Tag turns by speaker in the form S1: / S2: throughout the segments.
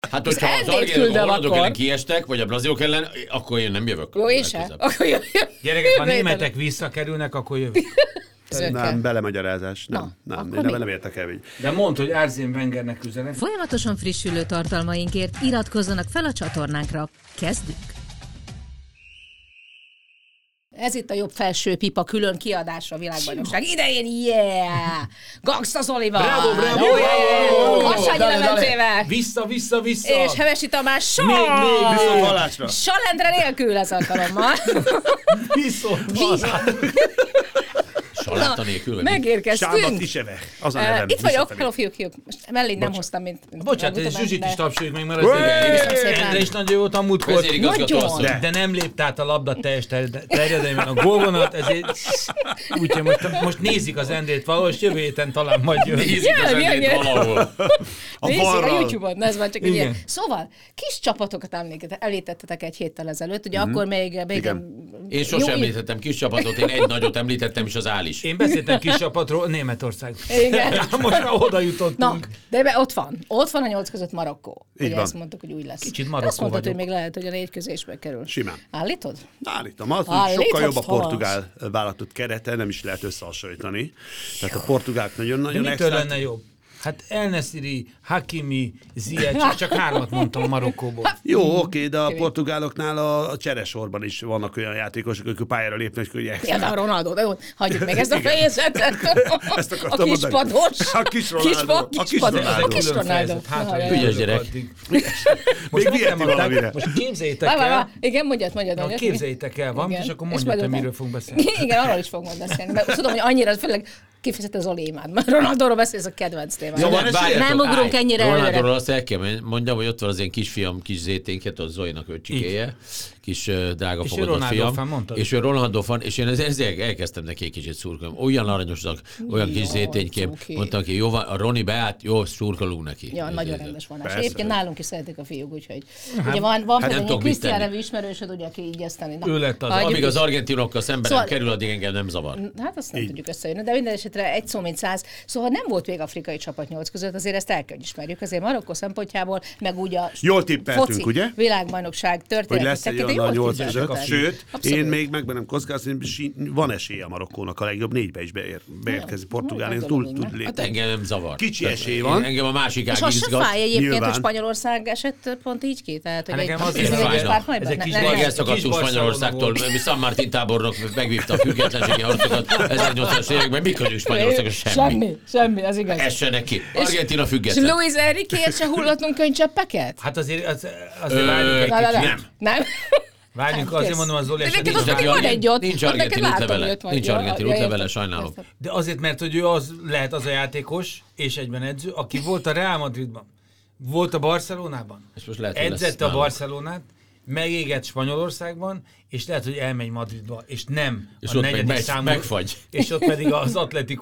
S1: Hát, hogyha az argentinok ellen kiestek, vagy a brazilok ellen, akkor én nem jövök.
S2: Jó, én sem.
S3: Gyerekek, ha németek visszakerülnek, akkor jövök.
S4: Nem, belemagyarázás. Nem, nem értek el így.
S3: De mondd, hogy Arsene Wengernek üzenet.
S5: Folyamatosan frissülő tartalmainkért iratkozzanak fel a csatornánkra. Kezdjük!
S2: Ez itt a jobb felső pipa külön kiadásra a világbajnokság idején, yeah! Gangsta Zolival!
S3: Bravo!
S2: Hassányi Lemencével!
S3: Vissza!
S2: És Hevesi Tamás
S4: Viszont hallásra!
S2: Salendre nélkül ez alkalommal.
S3: Viszont
S1: Saláta nélkül.
S2: Megérkeztünk.
S4: Sábat Iseve. Az a nevem.
S2: Itt vagyok. Hello, fiúk. Most mellé nem hoztam, mint...
S3: Bocsánat, ez Zsuzsit is tapsoljuk meg, mert
S2: az
S3: Endre is nagyon jó volt a múltkor. De nem lépte át a labda teljes terjedelmében a gólvonalat, ezért úgyhogy most nézik az Endrét valahol, és jövő héten talán majd jön.
S1: Nézik az Endrét valahol.
S2: Nézik a YouTube-on, ez már csak egy ilyen. Szóval, kis csapatokat említettetek egy héttel ezelőtt, ugye akkor még...
S1: Én sosem említettem kis csapatot, én egy nagyot említettem, és az áll is.
S3: Én beszéltem kis csapatról, Németország.
S2: Igen.
S3: Most már oda jutottunk.
S2: Na, de ott van a 8 között Marokkó. Ugye ezt mondtuk, hogy úgy lesz.
S3: Kicsit Marokkó
S2: azt mondtad,
S3: vagyok.
S2: hogy még lehet, hogy a 4 közésbe kerül.
S4: Simán.
S2: Állítod?
S4: Állítom. Az, hogy sokkal jobb a portugál válogatott kerete, nem is lehet összehasonlítani. Tehát a portugálok nagyon-nagyon
S3: extra. Mitől lenne jobb? Hát El Nesiri, Hakimi, Ziyech, csak 3 mondtam Marokkóból.
S4: Jó, oké, de a portugáloknál a cseresorban is vannak olyan játékosok, akik pályára lépnek, hogy extra.
S2: Például Ronaldo, de jó, hagyjuk meg ezt a fejezetet.
S4: A
S2: kis pados.
S4: A kis Ronaldo.
S2: A kis Ronaldo.
S1: Ügyes gyerek.
S3: Most képzeljétek el.
S2: Igen, mondjad.
S3: Képzeljétek el, van, és akkor mondjad, hogy miről fogunk beszélni.
S2: Igen, arról is fogunk beszélni. Mert tudom, hogy annyira, főleg kifejezetten Zoli imád, mert Ronaldóról beszélsz, a kedvenc témát. Nem ugrunk ennyire előre.
S1: Ronaldóról azt el kell mondjam, hogy ott van az én kisfiam, kis zéténket, az Zolinak öcsikéje, kis drága fogadott fiam. És ő Ronaldo fan, és én ezért elkezdtem neki egy kicsit szurkolni. Olyan aranyosak, olyan kis zéténykém, mondtam ki, jó van, a Roni beállt, jó, szurkolunk neki.
S2: Ja, nagyon rendes van. És egyébként nálunk is szeretik a fiúk, úgyhogy ugye van például egy Krisztián nevű ismerősöd, ugye, aki így eszteni.
S3: Ő lett az.
S1: Amíg az argentinokkal szemben nem kerül, addig engem nem zavar.
S2: Hát azt nem tudjuk összejönni, de minden esetre egy szó mint 100. Szóval nem volt még afrikai csapat 8 között, azért ezt el kell ismerjük. Azért Marokkó szempontjából, meg úgy a
S4: jól tippeltünk, ugye?
S2: Világbajnokság történet.
S4: A 8 között. Sőt, én még megbenem kockáztatni, van esélye a Marokkónak a legjobb 4-be is beérkezni. Portugália túl tud lépni.
S1: Hát engem nem zavar.
S4: Kicsi esély van.
S1: Engem a másik ág izgat.
S2: És az se fáj egyébként, hogy Spanyolország esett pont így ki? Tehát, hogy
S3: nekem azért fájna.
S1: Még elszakadtunk Spanyolországtól. San Martín tábornok megvívta a függetlenségi harcokat 1800-as években. Mikor is Spanyolország?
S2: Semmi, az igaz.
S1: Ez se neki. Argentina független.
S2: És Luis Enriqueért se hullatnunk könycseppeket?
S3: Hát azért várjunk egy kicsit.
S2: Nem.
S3: Várjunk, azért mondom az Zoli esetén.
S1: Nincs argentin útlevele. Nincs argentin útlevele, sajnálom.
S3: De azért, mert hogy ő az lehet az a játékos, és egyben edző, aki volt a Real Madridban, volt a Barcelonában, edzette a Barcelonát, megégett Spanyolországban, és lehet, hogy elmegy Madridba, és nem
S1: és
S3: a negyedik számú.
S1: Megfagy.
S3: És ott pedig az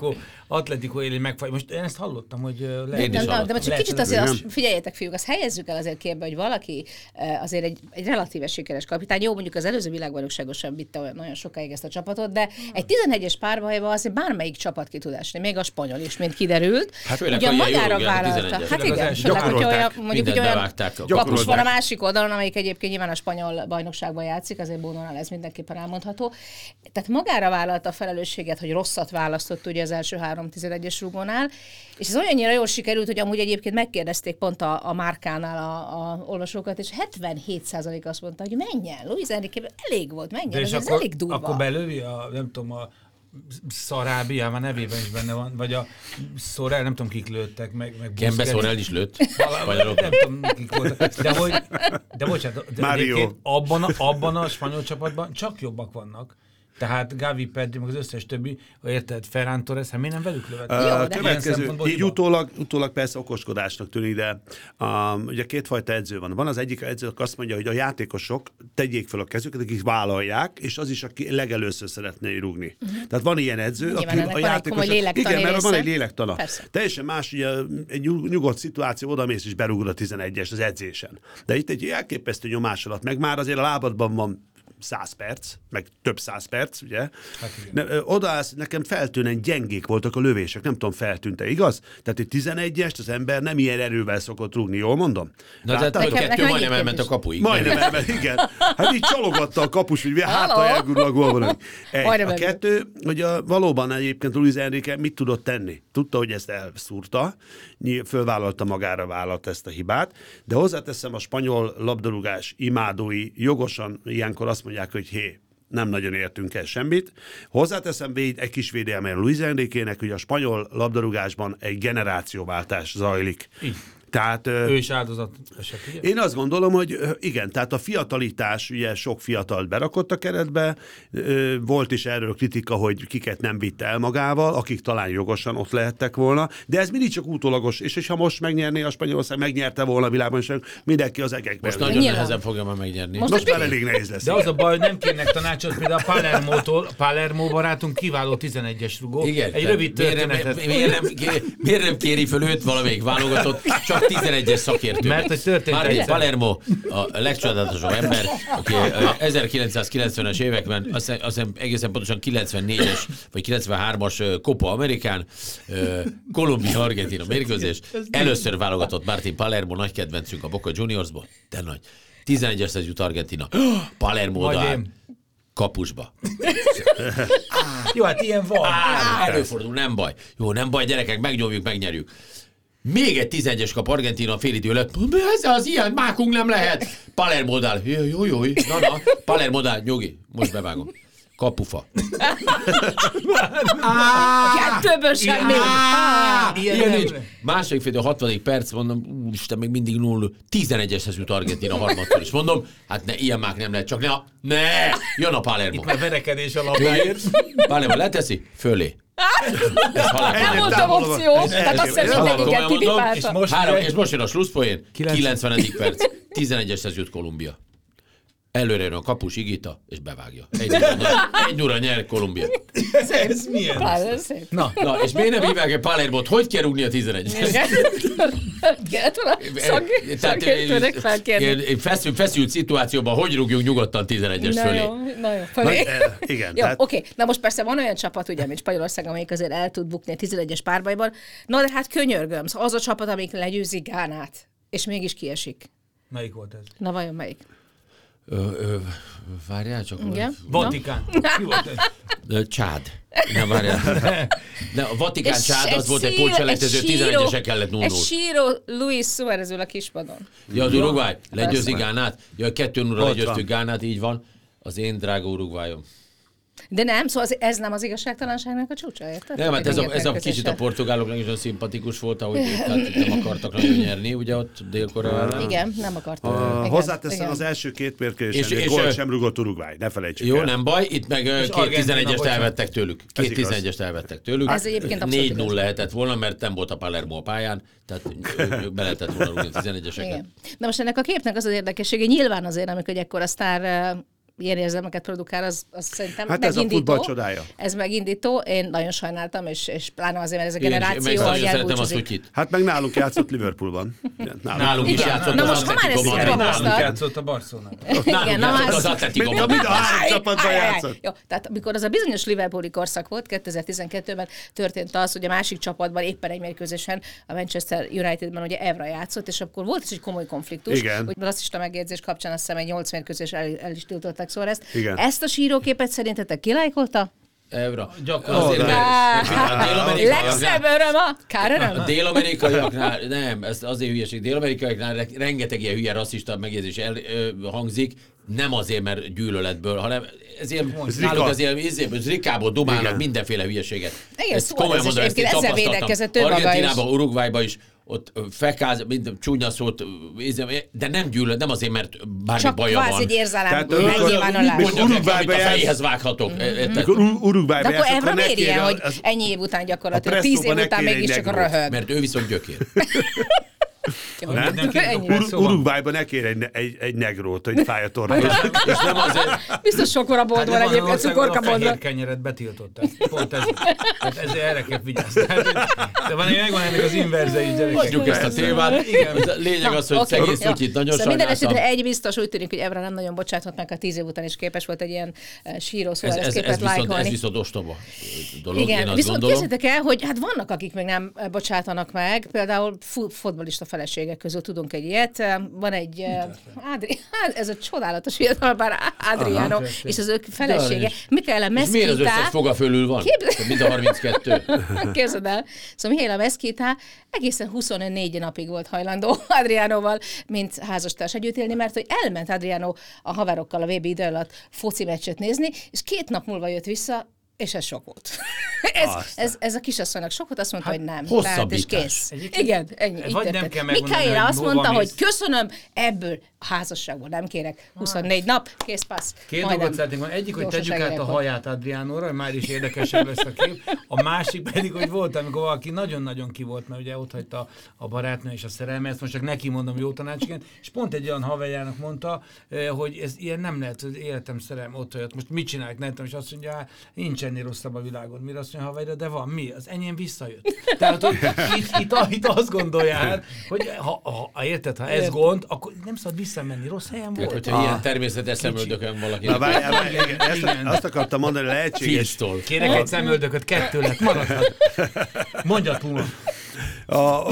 S3: Atletico élén megfagy. Most én ezt hallottam, hogy lehet.
S2: De csak kicsit azért figyeljetek, fiúk, azt helyezzük el azért képbe, hogy valaki azért egy relatíve sikeres kapitány. Jó, mondjuk az előző világbajnokságon sem vitte olyan nagyon sokáig ezt a csapatot, de egy 11-es párbajban azért bármelyik csapat ki tud esni, még a spanyol is, mint kiderült.
S1: Hát
S2: ugye magára vállalta. Hát igen, mondjuk olyan kapus van a másik oldalon, amelyik egyébként nyilván a spanyol bajnokságban játszik, azért Bonónál ez mindenképpen elmondható. Tehát magára vállalta a felelősséget, hogy rosszat választott ugye az első 3-11-es rúgónál, és ez olyannyira jól sikerült, hogy amúgy egyébként megkérdezték pont a Márkánál a olvasókat, és 77% azt mondta, hogy menjen, Luis Enrique elég volt, menjen, ez elég durva.
S3: Akkor belővi nem tudom, a Szarábia, már nevében is benne van, vagy a Szorel, nem tudom, kik lőttek, meg
S1: Kembe Szorel is lőtt.
S3: Nem tudom, kik voltak. De bocsánat, abban a spanyol csapatban csak jobbak vannak. Tehát Gavi, Pedri, meg az összes többi, érted, Ferran Torres, hát miért nem velük lövet?
S4: Következő, így utólag persze okoskodásnak tűnik, de ugye kétfajta edző van. Van az egyik edző, aki azt mondja, hogy a játékosok tegyék fel a kezüket, akik vállalják, és az is, aki legelőször szeretné rúgni. Tehát van ilyen edző, aki a játékosok... Igen, mert van egy lélektana. Teljesen más, ugye egy nyugodt szituáció, odamész és berúgod a 11-es az edzésen. De itt egy elképesztő nyomás alatt, meg már azért a lábadban van 100 perc, meg több 100 perc, ugye? Hát odaállsz, nekem feltűnően gyengék voltak a lövések, nem tudom, feltűnt-e, igaz? Tehát egy 11-est az ember nem ilyen erővel szokott rúgni, jól mondom?
S1: Na, de kettő majdnem elment a kapuig.
S4: Majdnem elment, igen. Hát így csalogatta a kapus, hogy hátra elgurul a gólban. A kettő, hogy valóban egyébként Luis Enrique mit tudott tenni? Tudta, hogy ezt elszúrta, fölvállalta magára vállalt ezt a hibát, de hozzáteszem, a spanyol labdarúgás imádói jogosan ilyenkor azt mondják, hogy nem nagyon értünk el semmit. Hozzáteszem egy kis védelmén Luis Enriquének, hogy a spanyol labdarúgásban egy generációváltás zajlik. Tehát,
S3: ő is áldozat eset, ugye?
S4: Én azt gondolom, hogy igen, tehát a fiatalitás, ugye sok fiatalt berakott a keretbe, volt is erről kritika, hogy kiket nem vitte el magával, akik talán jogosan ott lehettek volna, de ez mindig csak utólagos, és ha most megnyerné a Spanyolország, megnyerte volna a világban, és mindenki az egekben.
S1: Most nagyon nehezen fogja már megnyerni.
S4: Most már elég nehéz lesz.
S3: De az a baj, hogy nem kérnek tanácsot, például a Palermo barátunk kiváló 11-es rugó.
S1: Igen,
S3: egy rövid történetet.
S1: Miért nem kéri föl őt valamelyik válogatott, csak 11-es szakértő.
S3: Mert hogy történt
S1: Martin Palermo a legcsodálatosabb ember, aki 1990-es években, azt hiszem egészen pontosan 94-es vagy 93-as Copa Amerikán, Kolumbia-Argentina mérkőzés. Először válogatott Martin Palermo, nagy kedvencünk a Boca Juniorsból, de nagy. 11-es jut Argentina. Palermo odaáll. Kapusba.
S3: Jó, hát ilyen van.
S1: Előfordul, nem baj. Jó, nem baj, gyerekek, megnyomjuk, megnyerjük. Még egy 11-es kap Argentina a félidő előtt. Ez az ilyen, mákunk nem lehet. Palermo-dál. Jó. Na. Palermo-dál, nyugi. Most bevágom. Kapufa.
S2: Kettőből semmi.
S1: Ilyen nincs. Második félidő, 60. perc, mondom, úristen, még mindig 0. 11-eshez jut Argentina harmadszor is. Mondom, hát ne, ilyen mák nem lehet, csak ne. Jön a Palermo.
S3: Itt már verekedés a labdáért.
S1: Palermo leteszi, fölé.
S2: Nem voltam opció, tehát azt hiszem mindegyiket kipipálta.
S1: És most jön a slusszpoén, 90. perc, 11-eshez jut Kolumbia. Előre jön a kapus Igita, és bevágja. Egy óra nyer Kolumbia.
S3: Ez milyen?
S1: Na, és miért nem hívják egy Palermot? Hogy kell rúgni a 11-es?
S2: Szakértőnek felkérni.
S1: Feszült szituációban, hogy rúgjunk nyugodtan 11-es fölé?
S2: Na jó, fölé.
S4: Igen.
S2: Jó, oké. Na most persze van olyan csapat, ugye, mint Spanyolország, amelyik azért el tud bukni a 11-es párbajban. Na de hát könyörgöm, az a csapat, amelyik legyőzi Gánát, és mégis kiesik.
S3: Melyik volt ez?
S2: Na vajon melyik?
S1: Várjál csak.
S3: Vatikán. Ki volt ez?
S1: Csád. Nem, várjál. De a Vatikán Csád, az volt egy pótselejtező, 11-esek kellett 0-0.
S2: Egy síró Luis Suárezül a kispadon.
S1: Ja, az Uruguay legyőzi Gánát. Ja, 2-0-ra legyőztük Gánát, így van. Az én drága Uruguayom.
S2: De nem, szóval ez nem az igazságtalanságnak a csúcsa, érted?
S1: Nem, hát ez a kicsit a portugáloknak is olyan szimpatikus volt, ahogy nem akartak nagyon nyerni, ugye ott Dél-Koreában.
S2: Igen, nem akartak.
S4: Hozzáteszem, az első két mérkőzésen gólt sem rúgott Uruguay, ne felejtsük el.
S1: Jó, nem baj, itt meg két 11-est elvettek tőlük. Két 11-est elvettek tőlük.
S2: Ez egyébként abszolút
S1: 4-0 lehetett volna, mert nem volt a Palermo a pályán, tehát be lehetett volna rúgni 11-eseket.
S2: De most ennek a képnek az érdekessége, nyilván azért, amikor egy ekkora sztár ilyen érzelmeket produkál, az szerintem
S4: hát
S2: megindító.
S4: Ez a futball csodája.
S2: Ez megindító. Én nagyon sajnáltam, és pláne azért, mert ez a generáció,
S1: hogy elbúcsúzik.
S4: Hát meg nálunk játszott Liverpoolban.
S1: Nálunk is játszott.
S2: Na most, ha már ezt
S3: nálunk játszott a Barcelonában.
S2: Igen,
S1: az Atletico.
S4: Mind a három csapatban játszott.
S2: Jó, tehát amikor az a bizonyos Liverpooli korszak volt, 2012-ben történt az, hogy a másik csapatban éppen egy mérkőzésen, a Manchester Unitedben ugye Evra játszott, és akkor volt is egy komoly konfliktus.
S4: Igen.
S2: Hogy rasszista megjegyzés kapcsán azt hiszem egy 8 mérkőzés el is tiltották szóval ezt. Igen. Ezt a síróképet szerintetek kilájkolta?
S1: Evra.
S3: Gyakorlatilag.
S2: Legszebb öröm a káröröm.
S1: A dél-amerikaiaknál, nem, ez azért hülyeség, dél-amerikaiaknál rengeteg ilyen hülye rasszista megjegyzés hangzik, nem azért, mert gyűlöletből, hanem ezért náluk azért zrikából dumálnak mindenféle hülyeséget.
S2: Ezt komolyan mondom, ezt én tapasztaltam.
S1: Argentinában, Uruguayban is ott fekáz, minden csúnya szót, de nem gyűlölet, nem azért, mert bármi baja van.
S2: Csak egy érzelem megnyilvánulás.
S1: Amit a fejéhez vághatok.
S2: De akkor Evra miért ilyen, hogy ennyi év után gyakorlatilag, 10 év után mégis csak röhög?
S1: Mert ő viszont gyökér.
S4: Uruguayban ne kér egy negrót, hogy fáj a torna. És nem azért...
S2: Biztos sok korabond van egyébként, cukorkabond.
S3: A fehér kenyeret betiltották. Pont ez. Ezért erre kell vigyázni. De megvan ennek az inverze is, gyerekek.
S1: Hagyjuk ezt a témát. Lényeg az, hogy szegész Szutyit nagyon sajnáltam.
S2: Minden esetre egy biztos, úgy tűnik, hogy Evra nem nagyon bocsáthat meg, ha 10 év után is képes volt egy ilyen síró Suárez képet lájkolni.
S1: Ez viszont ostoba dolog.
S2: Igen, viszont képzeljétek el, hogy hát vannak, akik még nem bocsátanak meg, például fotbalista feleségek közül tudunk egy ilyet. Van egy ez a csodálatos fiatalpár Adriano, és az ő felesége, Michaela Mesquita.
S1: És miért az összes foga fölül van? Mind a 32.
S2: Képzeld el. Szóval Michaela Mesquita egészen 24 napig volt hajlandó Adrianoval, mint házastárs együtt élni, mert hogy elment Adriano a haverokkal a VB idő alatt foci meccset nézni, és 2 nap múlva jött vissza, és ez sok volt. ez a kisasszonynak sok volt, azt mondta, hogy nem. Tehát, és kész. Igen, ennyi. Michaela azt mondta, hogy köszönöm, ebből a házasságból nem kérek. 24 nap, kész passz.
S3: 2 dolgot szeretnénk van. Egyik, hogy tegyük át a haját Adriánóra, már is érdekesebb lesz a kép. A másik pedig, hogy volt, amikor valaki nagyon-nagyon ki volt, mert ugye ott hagyta a barátnő és a szerelme, ezt most csak neki mondom jó tanácsként, és pont egy olyan haverjának mondta, hogy ez ilyen nem lehet, hogy életem szerelme ott hagyott. Most mit csinálják, nem tudom, és azt mondja, nincs ennél rosszabb a világon. Mire azt mondja, haverja, de van, mi? Az enyém visszajött. Tehát, hogy itt azt gondolják, hogy érted, ha ez gond, akkor nem szabad visszamenni, rossz helyen volt.
S1: Hogyha ilyen természetes szemöldökön valaki.
S4: Na várjál, azt akartam mondani, lehetséges.
S3: Kérek egy szemöldököt, 2 lett, maradhat. Mondja Puma.
S1: A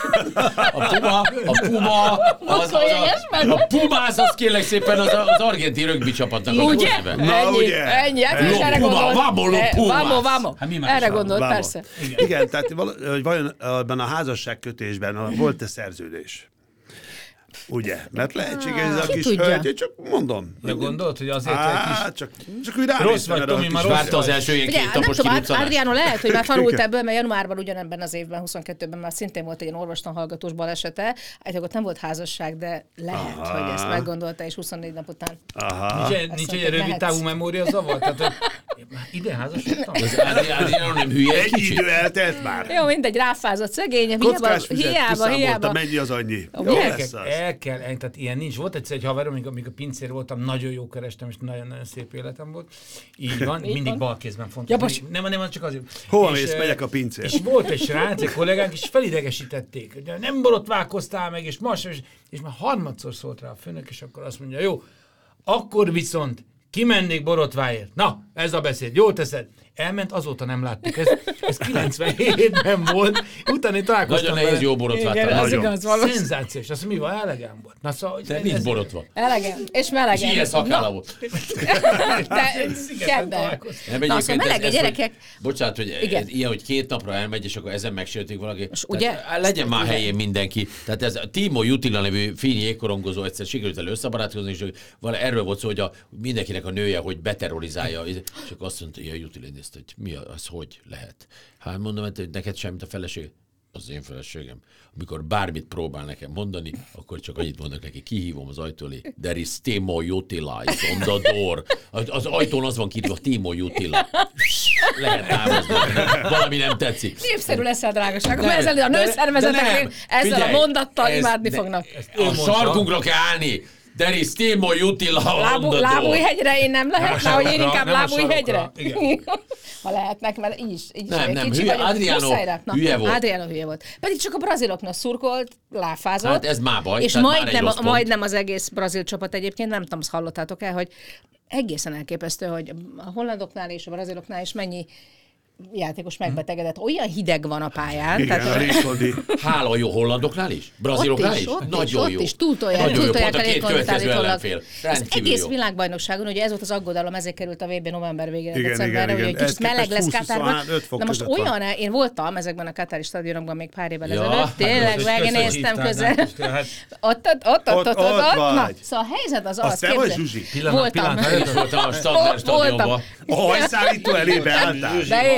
S1: Pumáz, az kérlek szépen az argentin rögbi csapatnak a neve.
S2: Ennyi. Erre gondolt. Erre gondolt, persze.
S4: Igen, tehát vajon ebben a házasságkötésben volt-e szerződés? Ugye? Mert lehetséges ez a kis hölgy, csak mondom.
S3: De gondolod, hogy azért egy kis...
S4: Csak úgy
S3: rossz vagy, Tomi, már
S1: várta az első ilyen 2 napos kiruccanás.
S2: Adriano lehet, hogy már tanult ebből, mert januárban ugyanebben az évben, 22-ben már szintén volt egy ilyen orvostanhallgatós balesete. Ott nem volt házasság, de lehet, hogy ezt meggondolta, és 24 nap után.
S3: Nincs egy rövid távú memória zavar? Tehát ide házasodtam?
S1: Az Adriano nem hülye egy kicsit?
S4: Egy idő eltelt már.
S2: Jó, mindegy, ráfázott szegény.
S4: Hiába. Mennyi az annyi.
S3: Tehát ilyen nincs. Volt egyszer egy haverom, amikor pincér voltam, nagyon jó kerestem, és nagyon-nagyon szép életem volt. Így van, mindig bal kézben fontos. Nem, csak azért.
S4: Hova mész, megyek a pincér?
S3: És volt egy srác, egy kollégánk, és felidegesítették. Nem borotválkoztál meg, és már 3-szor szólt rá a főnök, és akkor azt mondja, jó, akkor viszont kimennék borotváért. Na, ez a beszéd, jól teszed. Elment, azóta nem láttuk. Ez 97-ben volt. Utána találkoztam.
S1: Nagyon nehéz jó borotvát.
S2: Igen, az igaz valós.
S3: Szenzációs. Azt mi van, elegem volt. Na, szóval,
S1: de nincs borotva.
S2: Elegem. És melegem.
S1: És ilyen szakálla volt.
S2: Na, szóval melege gyerekek.
S1: Bocsánat, hogy ilyen, hogy 2 napra elmegy, és akkor ezen megsértik valaki.
S2: Ugye?
S1: Legyen már helyén mindenki. Tehát ez Timo Jutila nevű finn jégkorongozó egyszer sikerült el összebarátkozni, és erről volt szó, hogy mindenkinek a nője, hogy beterrorizálja. És akkor azt mondta, hogy Jutila hogy mi az, hogy lehet. Hát mondom, hogy neked semmit a feleség. Az én feleségem. Amikor bármit próbál nekem mondani, akkor csak annyit mondok neki, kihívom az ajtó elé. There is Timo Jutila is on the door. Az ajtón az van kiírva, Timo Jutila. Lehet támozni. Valami nem tetszik.
S2: Népszerű lesz a drágaságom. Ezzel a nőszervezetek ezzel a mondattal imádni fognak.
S1: A sarkunkra kell állni. There is Timo Jutila on the door.
S2: Lábújhegyre én nem lehetne, hogy én inkább Lábújhegyre? Ha lehetnek, mert így is
S1: nem, hülye, Adriano hülye volt.
S2: Adriano hülye volt. Pedig csak a braziloknak szurkolt, láfázott.
S1: Hát ez már baj.
S2: És majdnem az egész brazil csapat egyébként, nem tudom, azt hallottátok el, hogy egészen elképesztő, hogy a hollandoknál és a braziloknál is mennyi játékos megbetegedett. Olyan hideg van a pályán.
S4: Igen,
S1: hála jó hollandoknál is? Braziloknál is? Nagyon jó.
S2: Ott is túltolják
S1: a 2 következő ellenfél.
S2: Az egész világbajnokságon, ugye ez volt az aggodalom, ezért került a VB november végére, decemberre, hogy egy kicsit meleg lesz Katárban. Na most olyan, én voltam ezekben a katári stadionokban még pár évvel ezelőtt, tényleg megnéztem közel. Ott. Na, szóval a helyzet az az,
S1: voltam a Stadler stadionban.
S4: A hajszállító elébe álltál.
S2: De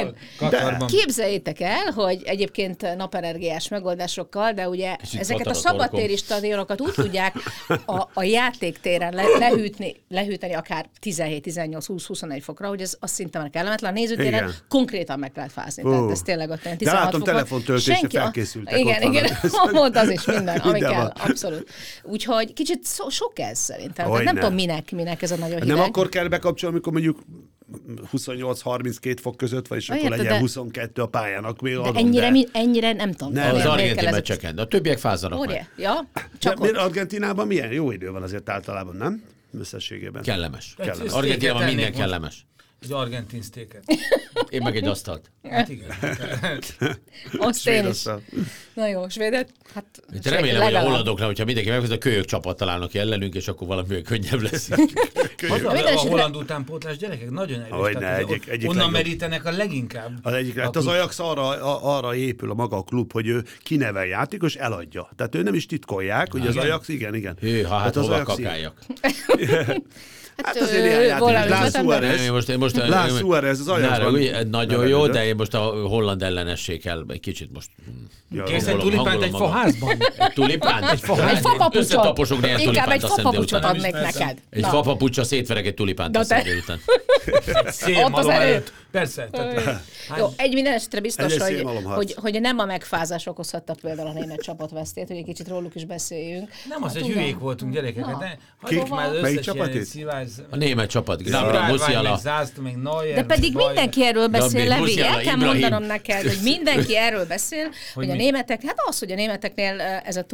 S2: Képzeljétek el, hogy egyébként napenergiás megoldásokkal, de ugye ezeket a szabadtéri stadionokat úgy tudják a játéktéren lehűteni akár 17-18-20-21 fokra, hogy ez azt szinte már kellemetlen. A nézőtéren konkrétan meg lehet fázni. Tehát ez tényleg ott 16
S4: de látom, telefontöltésre felkészültek.
S2: Igen, pont az is minden, ami kell, abszolút. Úgyhogy kicsit sok ez szerintem. Nem tudom, minek ez a nagyon hideg.
S4: Nem akkor kell bekapcsolni, amikor mondjuk 28-32 fok között van, és akkor legyen 22 a pályának.
S2: Ennyire nem tudom.
S1: Nem, az argentin meccseken, de a többiek fázzanak meg.
S2: Ja,
S4: csak Argentinában milyen jó idő van azért általában, nem? Összességében.
S1: Kellemes. Argentinában minden kellemes.
S3: Egy argentin sztéket.
S1: Én meg egy asztalt.
S3: Hát igen.
S2: Azt én is. Na jó, svédet? Hát
S1: remélem, hogy a hollandoknál, hogyha mindenki meghoz, a kölyök csapat találnak ellenünk, és akkor valami könnyebb lesz.
S3: A holland utánpótlás gyerekek nagyon erős. Onnan merítenek a leginkább.
S4: Az Ajax arra épül a maga a klub, hogy ő kinevel játékos, eladja. Tehát ő nem is titkolják, hogy az Ajax, igen.
S1: Hűha, hát hova kakáljak.
S4: Hát azért ilyen játék. Lars Suárez az Ajaxban.
S1: Nagyon jó, de én most a holland ellenesség kell egy kicsit most.
S3: Kész egy tulipánt egy faházban?
S1: Egy tulipánt?
S2: Egy fapapucsot.
S1: Összetaposok néhány tulipánt.
S2: Inkább egy fapapucsot adnék neked.
S1: Egy fapapucsa szétverek egy tulipánt a szendél után.
S3: Szép malom előtt. Persze.
S2: Jó, egy minden esetre biztos, hogy nem a megfázás okozhatta például a német csapat vesztét, hogy egy kicsit róluk is beszéljünk.
S3: Nem az, hogy hülyék voltunk gyerekek.
S4: Melyik csapatét?
S1: A német csapat. Gnabry, Musiala.
S2: De pedig mindenki erről beszél, Levi. El kell mondanom neked, hogy mindenki erről beszél, hogy a németek, hát az, hogy a németeknél ez a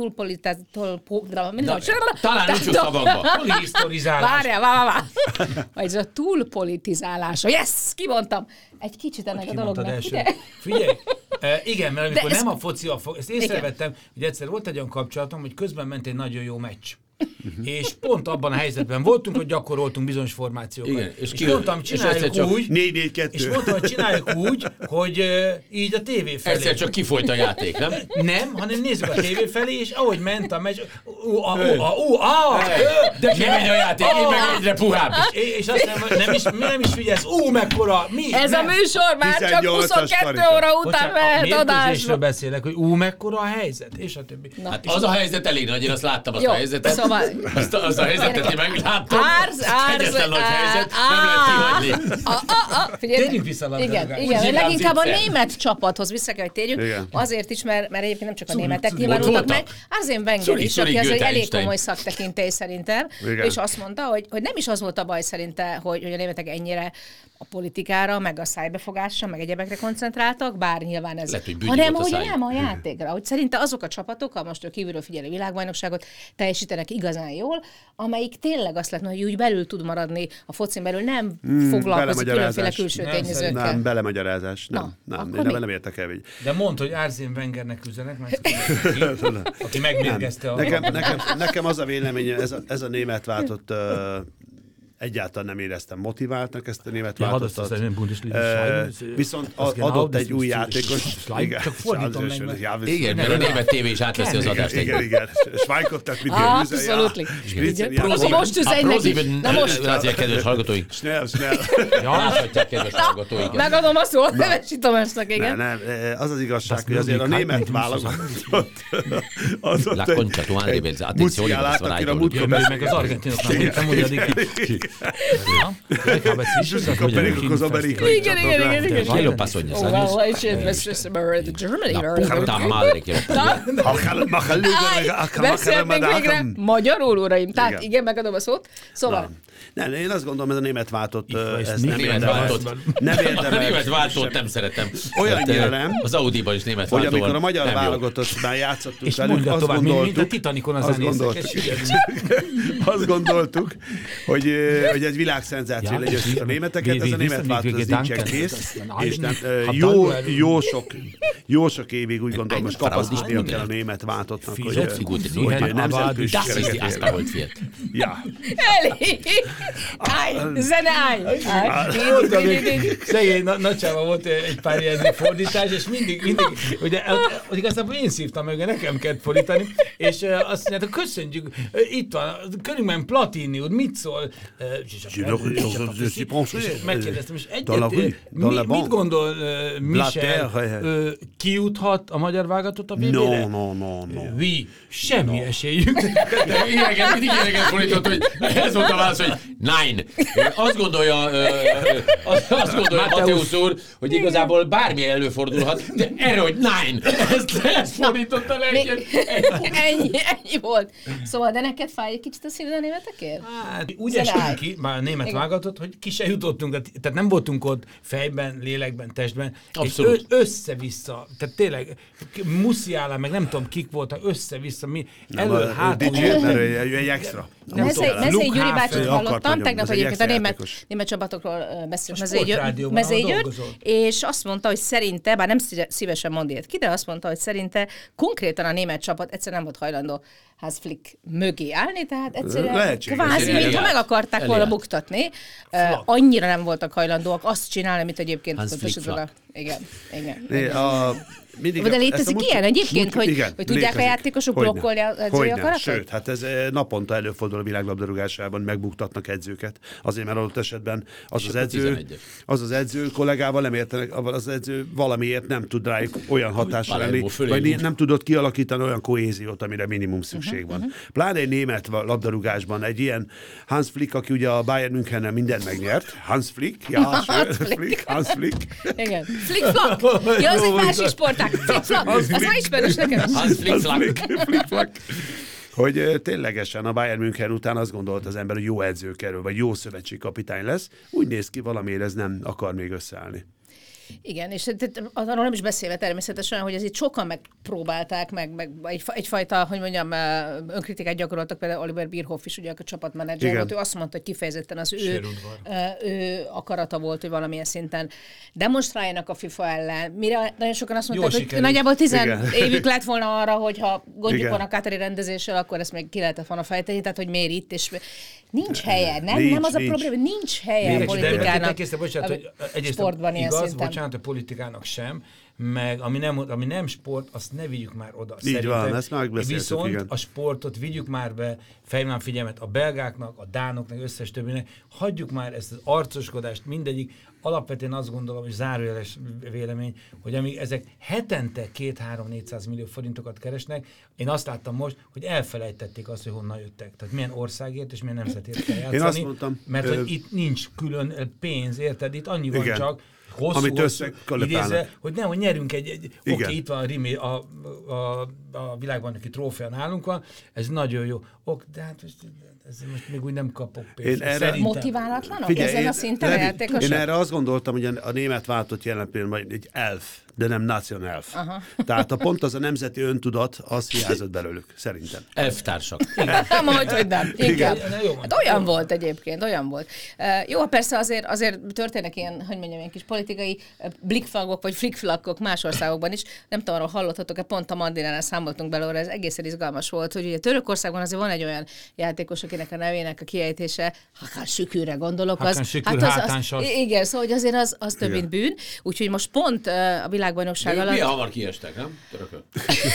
S1: talán nincs szavakba.
S2: Várjál. Ez a túlpolitizálás. Yes, kimondtam. Egy kicsit ennek a dolognak.
S3: Figyelj, igen, mert amikor nem a foci, ezt észrevettem, hogy egyszer volt egy olyan kapcsolatom, hogy közben ment egy nagyon jó meccs. És pont abban a helyzetben voltunk, hogy gyakoroltunk bizonyos formációkat. Igen, és mondtam, csináljuk úgy,
S4: 4-4-2.
S3: És mondtam, hogy csináljuk úgy, hogy így a tévé felé.
S1: Egyszer csak kifolyt a játék, nem?
S3: Nem, hanem nézzük a tévé felé, és ahogy ment a meccs,
S1: de kemény a játék, én meg egyre puhább.
S3: És azt nem is figyelsz, mekkora, mi?
S2: Ez a műsor már csak 22 óra után mehet adásba.
S3: Mérkőzésről beszélek, hogy mekkora a helyzet, és a többi.
S1: Hát az a helyzet elég nagy, én azt láttam, azt a helyzetet. Az a helyzetet, én megláttam. Egyetlen nagy helyzet, nem lehet kihagyni.
S3: Térjünk vissza a
S2: Igen, leginkább a német csapathoz vissza kell, hogy térjünk. Azért is, mert egyébként nem csak a németek nyilvánultak meg, Arsène Wenger is, aki az egy elég komoly szaktekintély szerintem, és azt mondta, hogy nem is az volt a baj szerinte, hogy a németek ennyire a politikára, meg a szájbefogásra, meg egyebekre koncentráltak, bár nyilván ez, hanem hogy nem a játékra. Hogy szerinte azok a csapatok, ha most ő kívülről figyelő világbajnokságot teljesítenek igazán jól, amelyik tényleg azt lehetne, hogy úgy belül tud maradni a focin belül, nem foglalkozik különféle külső tényezőkkel.
S4: Nem, belemagyarázás. Nem, én nem értek el.
S3: De mondd, hogy Arsène Wengernek üzenek, aki megmérgezte a...
S4: Nekem az a véleményem, ez a német váltott egyáltalán nem éreztem motiváltnak ezt a német változtat. Viszont adott egy új játékos.
S3: Csak fordítom meg.
S1: Igen, mert a német tévé is átveszi az adást.
S4: Igen. Schweikottat mit
S2: Abszolút. Most üzenj
S1: neki. Látják, kedves hallgatóink.
S4: Snell.
S1: Láthatják, kedves hallgatóink.
S2: Megadom a szót, Nevesi Tamásnak, igen.
S4: Nem, az az igazság, hogy azért a német válogatott
S1: La concha tu madre,
S4: Musialát, akire a múltkor
S3: meg az argentinoknak, nem mondja ki.
S2: Igen.
S1: Vai lo passo ogni
S2: sanno. Beszéltünk végre magyarul, uraim. Tehát igen, megadom a szót. Szóval.
S4: Nem, én azt gondolom, ez a német váltott, ez
S1: nem érdemel. A német váltót nem szeretem.
S4: Olyannyira nem.
S1: Az Audiban is német váltó
S4: van. Hogy amikor a magyar válogatott már játszottunk
S3: velük,
S4: azt gondoltuk, hogy egy világszenzáció legyen a németeket, ez a német váltó az nincsen kész, és jó sok évig úgy gondolom, hogy kapaszkodnia kell a német váltottnak, hogy nemzetközi sikereket ér. Ja.
S2: Állj! Zene állj!
S3: Szegény Nagycsában volt egy pár ilyen fordítás, és mindig hogy igazából én szívtam meg, nekem kellett fordítani, és azt mondjátok, köszönjük, itt van, körülbelül Platini úr, mit szól megkérdeztem, és mit gondol Michel, kijuthat a magyar válogatott a VB-re?
S4: No.
S3: Semmi esélyük.
S1: Mindig ilyeneket fordított, hogy ez volt a válasz, hogy nine. Azt gondolja Mateusz úr, hogy igazából bármi előfordulhat, de erre, hogy nine. Ezt fordította le.
S2: Ennyi volt. Szóval, de neked fáj egy kicsit a szíved a németekért?
S3: Hát úgy estünk ki, már a német válogatott, hogy ki se jutottunk, tehát nem voltunk ott fejben, lélekben, testben.
S1: Abszolút.
S3: És össze-vissza, tehát tényleg Musiala, meg nem tudom kik voltak, össze-vissza, mi elől hátul.
S4: Egy extra.
S2: Mezei Gyuri bácsit hallottam, tegnap egyébként a német csapatokról beszélünk Mezei Győr, és azt mondta, hogy szerinte, bár nem szívesen mond ilyet ki, de azt mondta, hogy szerinte konkrétan a német csapat egyszerűen nem volt hajlandó Hans Flick mögé állni, tehát egyszerűen kvázi, mintha meg akarták volna buktatni. Annyira nem voltak hajlandóak azt csinálni, amit egyébként pontosan. Igen. De létezik ilyen egyébként, hogy tudják a játékosok blokkolni az edzői akaratot?
S4: Sőt, hát ez naponta előfordul a világlabdarúgásában, megbuktatnak edzőket. Azért, mert adott esetben az az edző kollégával nem értenek, az edző valamiért nem tud rájuk olyan hatásra lenni, vagy nem tudott kialakítani olyan kohéziót, amire minimum szükség van. Pláne egy német labdarúgásban egy ilyen Hans Flick, aki ugye a Bayern Münchennel mindent megnyert. Hans Flick.
S2: Igen. Flick-flack. Ja, az egy másik sportág. Flick-flack. Az már ismerős nekem.
S1: Hans Flick-flack.
S4: Hogy ténylegesen a Bayern München után azt gondolt az ember, hogy jó edző kerül, vagy jó szövetségkapitány lesz. Úgy néz ki, valamiért ez nem akar még összeállni.
S2: Igen, és arról nem is beszélve természetesen, hogy ezért sokan megpróbálták, meg egyfajta, hogy mondjam, önkritikát gyakoroltak, például Oliver Bierhoff is, ugye a csapatmenedzser volt, ő azt mondta, hogy kifejezetten az ő akarata volt, hogy valamilyen szinten demonstráljanak a FIFA ellen. Mire nagyon sokan azt mondták, hogy nagyjából 10 évük lett volna arra, hogyha gondjuk van a kátari rendezéssel, akkor ezt még ki lehetett volna fejteni, tehát hogy miért itt, és nincs helye, nem az a probléma, hogy nincs helye a politikának sportban ilyen szinten.
S3: A politikának sem, meg ami nem sport, azt ne vigyük már oda.
S4: Így van, ezt megbeszéltük,
S3: viszont
S4: igen.
S3: A sportot vigyük már be, fejlően figyelmet a belgáknak, a dánoknak, összes többinek, hagyjuk már ezt az arcoskodást, mindegyik. Alapvetően azt gondolom, hogy zárójeles vélemény, hogy amíg ezek hetente 200-300-400 millió forintokat keresnek, én azt láttam most, hogy elfelejtették azt, hogy honnan jöttek. Tehát milyen országért és milyen nemzetért kell játszani.
S4: Én azt mondtam,
S3: mert hogy itt nincs külön pénz, érted? Itt annyi van csak,
S4: amit
S3: idézve, hogy nem, hogy nyerünk oké, itt van a világbajnoki trófea nálunk van, ez nagyon jó. De hát most még úgy nem kapok pénzt.
S2: Motiválatlanok ezen a szinten játékosok?
S4: Én erre azt gondoltam, hogy a német váltott jelen pillanatban egy elf, de nem nation elf. Tehát pont az a nemzeti öntudat, az hiányzott belőlük, szerintem.
S1: Elftársak.
S2: Majd, hogy nem. Inkább. Hát olyan volt egyébként, olyan volt. Jó, persze azért történnek ilyen, hogy mondjam, ilyen kis politikai blikflagok vagy flickflagok más országokban is. Nem tudom, arról hallottatok-e, pont a Mandinánál számoltunk belőle, ez egészen izgalmas volt, hogy ugye Törökországban azért van egy olyan játékos, akinek a nevének a kiejtése, Hakan Şükürre gondolok. Igen, szóval hogy azért az több, mint bűn. Úgyhogy most pont a világbajnokság alatt...
S1: Milyen hamar kiestek, nem? Törökök.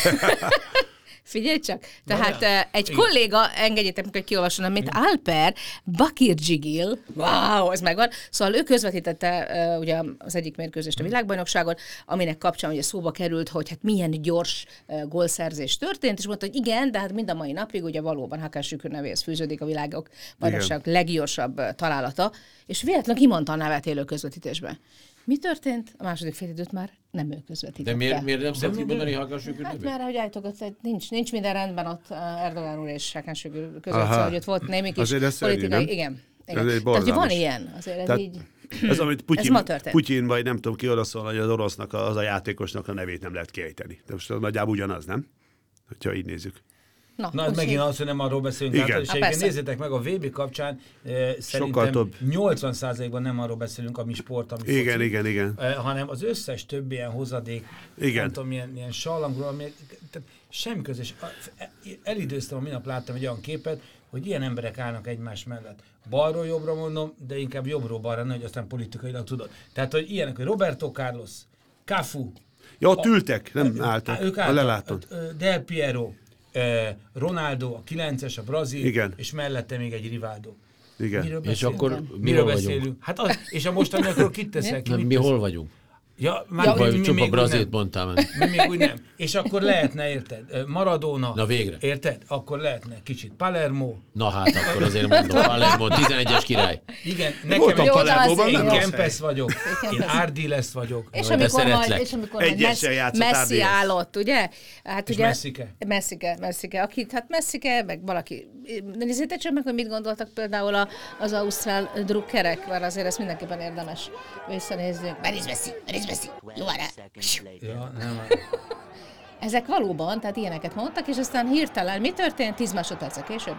S2: Figyelj csak, tehát egy kolléga, engedjétek meg, hogy kiolvasom, amit Alper Bakirdzsigil, wow, ez megvan, szóval ő közvetítette ugye az egyik mérkőzést a világbajnokságon, aminek kapcsán ugye szóba került, hogy hát milyen gyors gólszerzés történt, és mondta, hogy igen, de hát mind a mai napig ugye valóban Hakan Şükür nevéhez fűződik a világbajnokság leggyorsabb találata, és véletlenül kimondta a nevet élő közvetítésben. Mi történt? A második félidőt már nem ő közvetítette.
S1: De miért nem szabad kimondani Hakan Şükür nevét?
S2: Hát mert ahogy állítogat, nincs minden rendben ott Erdogan úr és Hakan Şükür között, szóval, hogy ott volt némi kis politikai... Igen. Tehát van ilyen, azért ez így...
S4: Ez, amit Putyin, vagy nem tudom ki odaszól, hogy az orosznak, az a játékosnak a nevét nem lehet kiejteni. De most nagyjából ugyanaz, nem? Hogyha így nézzük.
S3: Na megint az, hogy nem arról beszélünk. Nézzétek meg, a VB kapcsán szerintem 80%-ban nem arról beszélünk, ami sport, ami foci.
S4: Igen.
S3: Hanem az összes több ilyen hozadék, nem tudom, ilyen sallangról, ami semmi közös. Elidőztem, a minap láttam egy olyan képet, hogy ilyen emberek állnak egymás mellett. Balról jobbra mondom, de inkább jobbról balra, hogy aztán politikailag tudod. Tehát, hogy ilyenek, hogy Roberto Carlos, Cafu.
S4: Ja, ott ültek, nem álltak.
S3: Ők álltak. Lelátod. Del Piero, Ronaldo, a 9-es, a brazil,
S4: igen.
S3: És mellette még egy Rivaldo.
S4: Igen.
S1: És akkor
S3: miről beszélünk? Hát és a mostanakról kit teszek?
S1: Mi hol vagyunk?
S3: Ja,
S1: csupa Brazilt mondtál meg.
S3: Mi még úgy nem. És akkor lehetne, érted? Maradona.
S1: Na végre.
S3: Érted? Akkor lehetne kicsit Palermo.
S1: Na hát, akkor azért mondom, Palermo, 11-es király.
S3: Igen, nekem én Kempes vagyok, én Ardiles vagyok.
S2: És amikor Messi állott, ugye? Hát ugye Messike, akit, hát Messike, meg valaki. Nézzétek csak meg, hogy mit gondoltak például az ausztrál drukkerek, mert azért ezt mindenképpen érdemes visszanézni. Messi, jó arra.
S3: Ja, nem.
S2: Ezek valóban, tehát ilyeneket mondtak, és aztán hirtelen mi történt? 10 másodpercek később.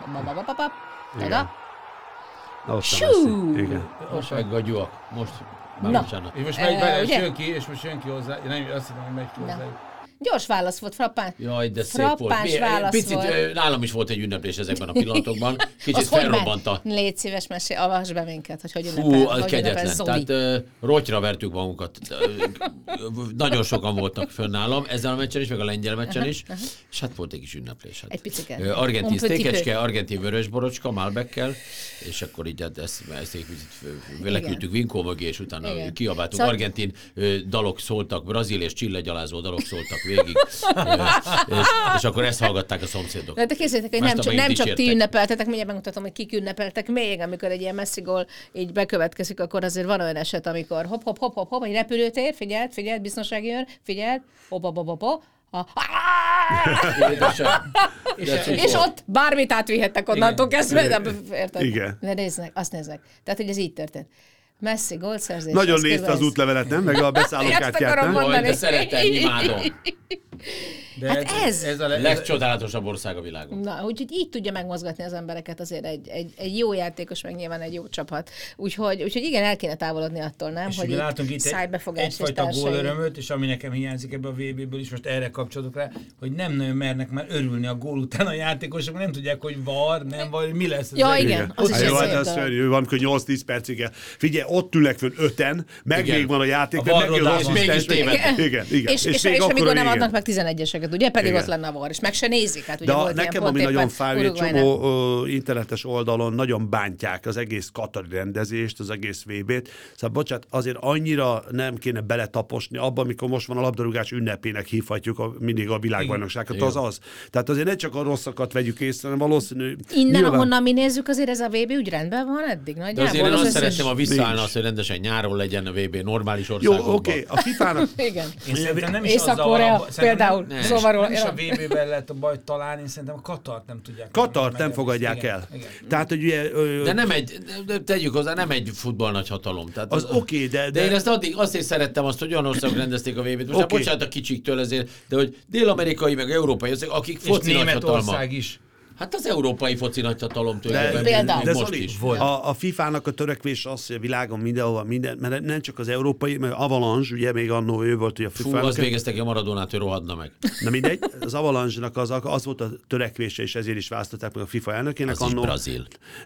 S4: Igen.
S1: Most meggagyúak. Most már bocsánat.
S3: És most jön ki hozzá. Nem, azt hiszem, hogy megy ki hozzá.
S2: Gyors válasz volt, frappáns.
S1: Jaj, de szép volt. Picit nálam is volt egy ünneplés ezekben a pillanatokban. Kicsit felrobbanta.
S2: Légy szíves, mesélj, avasd be minket, hogy ünnepel.
S1: Kegyetlen. Tehát rotyra vertük magunkat. Nagyon sokan voltak fönn nálam, ezen a meccsen is, meg a lengyel meccsen is. És hát volt egy kis ünneplés.
S2: Egy picike.
S1: Argentin sztékecske, argentin vörösborocska, Malbekkel, és akkor így ezt egy picit leküldtük Vinkó mögé, és utána kiabáltunk. Argentin dalok szóltak, brazil és csillegyalázó dalok szóltak végig, és akkor ezt hallgatták a szomszédok.
S2: De képzeljétek, hogy nem csak ti ünnepeltetek, mindjárt megmutatom, hogy kik ünnepeltek még, amikor egy ilyen Messi gól így bekövetkezik, akkor azért van olyan eset, amikor hopp, egy repülőtér, figyeld, biztonsági őr, figyeld, hopp, és ott bármit átvihettek onnantól kezdve, érted?
S4: Igen.
S2: De azt néznek. Tehát, hogy ez így történt. Messi gólszerzés.
S4: Nagyon nézte az útlevelet, nem? Meg a beszállókártyát, nem?
S1: De szeretem, imádom.
S3: De
S2: hát ez
S1: a legcsodálatosabb ország a világon.
S2: Na, úgyhogy így tudja megmozgatni az embereket azért egy jó játékos, meg nyilván egy jó csapat. Úgyhogy igen, el kéne távolodni attól, nem?
S3: És
S2: hogy
S3: látunk itt egyfajta gólörömöt, és ami nekem hiányzik ebbe a VB-ből is, most erre kapcsolatok rá, hogy nem nagyon mernek már örülni a gól után a játékosok, nem tudják, hogy var, nem var, mi lesz.
S2: Ja, igen. Az is
S4: jó, az szörnyű, van, hogy 8-10 percig. Figyelj, ott ülek fönn 5-en, meg még van a játék,
S1: és mégis tévedtek.
S4: Igen.
S2: És amikor nem adnak meg 11-eseket, ugye? Pedig ott lenne a var, és meg se nézik. Hát, ugye
S4: de nekem ami nagyon fáj, hogy csomó internetes oldalon nagyon bántják az egész katari rendezést, az egész VB-t. Szóval bocsánat, azért annyira nem kéne beletaposni abban, amikor most van a labdarúgás ünnepének hívhatjuk mindig a világbajnokságot, az. Tehát azért ne csak a rosszakat vegyük észre, hanem valószínű...
S2: Innen, ahonnan mi nézzük, azért ez a VB úgy rendben van eddig nagyjából.
S1: De azért én azt szeretném, ha visszaállna az, hogy rendesen nyáron legyen a VB normális országokban.
S4: Jó, oké, a FIFA-nak...
S2: Igen.
S3: Észak-Korea
S2: például.
S3: Nem is a VB-ben lehet a baj találni, szerintem a Katart nem tudják.
S4: Katart nem fogadják el. Tehát, hogy ugye...
S1: De tegyük hozzá, nem egy futball nagy hatalom. Tehát
S4: az oké, de
S1: én ezt azt is szerettem azt, hogy olyan országok rendezték a VB-t. Most bocsánat a kicsiktől ezért, de hogy dél-amerikai, meg európai, akik foci nagy hatalma.
S3: Is.
S1: Hát az európai foci nagyhatalom
S2: tulajdonképpen
S1: most is.
S4: A FIFA-nak a törekvés az, hogy a világon mindenhova, mert nem csak az európai, mert Avalanche, ugye még annó ő volt, hogy a FIFA-nak...
S1: Fú, azt végeztek ki a Maradonát, hogy rohadna meg.
S4: Na mindegy, az Avalanche-nak az volt a törekvése, és ezért is választották meg a FIFA elnökének
S1: annó. Az Brazil.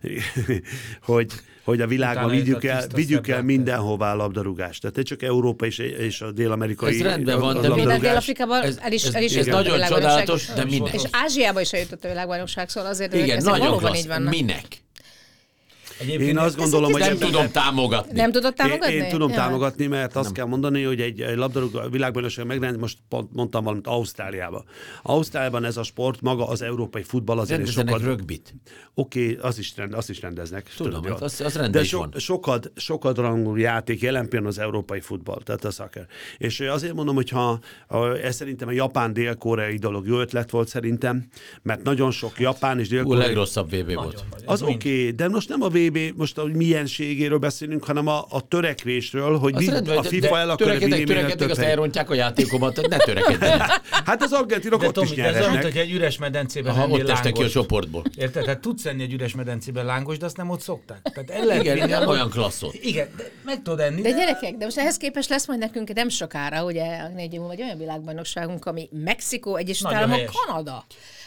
S4: hogy a világban vigyük el mindenhová a labdarúgást. Tehát csak Európa és a dél-amerikai
S1: ez rendben van, de
S2: minden Dél-Afrikában
S1: ez nagyon csodálatos, de minek?
S2: És Ázsiába is eljutott a világbajnokság, szóval azért
S1: igen, nagyon klassz. Minek?
S4: Én azt gondolom, hogy
S1: nem tudom támogatni.
S2: Nem tudod támogatni?
S4: Én tudom támogatni, mert azt kell mondani, hogy egy labdarúgó világbajnokság megrend, most mondtam valamit Ausztráliába. Ausztráliában ez a sport, maga az európai futball azért is sokat...
S1: rögbit.
S4: Oké, azt is rendeznek.
S1: Tudom, az rendben is van.
S4: Sokat rangú játék jelen pillanatban az európai futball, tehát a soccer. És azért mondom, hogy ez szerintem a japán-dél-koreai dolog jó ötlet volt szerintem, mert nagyon sok japán és dél-koreai...
S1: A legrosszabb VB volt.
S4: Az oké, de most nem a VB, most a milyenségéről beszélünk, hanem a törekvésről, hogy a FIFA el akarja vinni minél több
S3: azt
S1: elrontják a játékomat, ne törekedjenek.
S4: Hát az argentinok ott is nyerhetnek.
S3: Ez olyan, hogy egy üres medencében
S1: lenni lángos. Ott estek ki a csoportból.
S3: Érted? Tehát tudsz enni egy üres medencében lángos, de azt nem ott szokták. Tehát
S1: igen, olyan klasszot.
S3: Igen, de meg tudod enni.
S2: De gyerekek, de most ehhez képest lesz majd nekünk nem sokára, ugye, vagy olyan világbajnokságunk, ami Mexikó, Egyesült Államok, Kanada.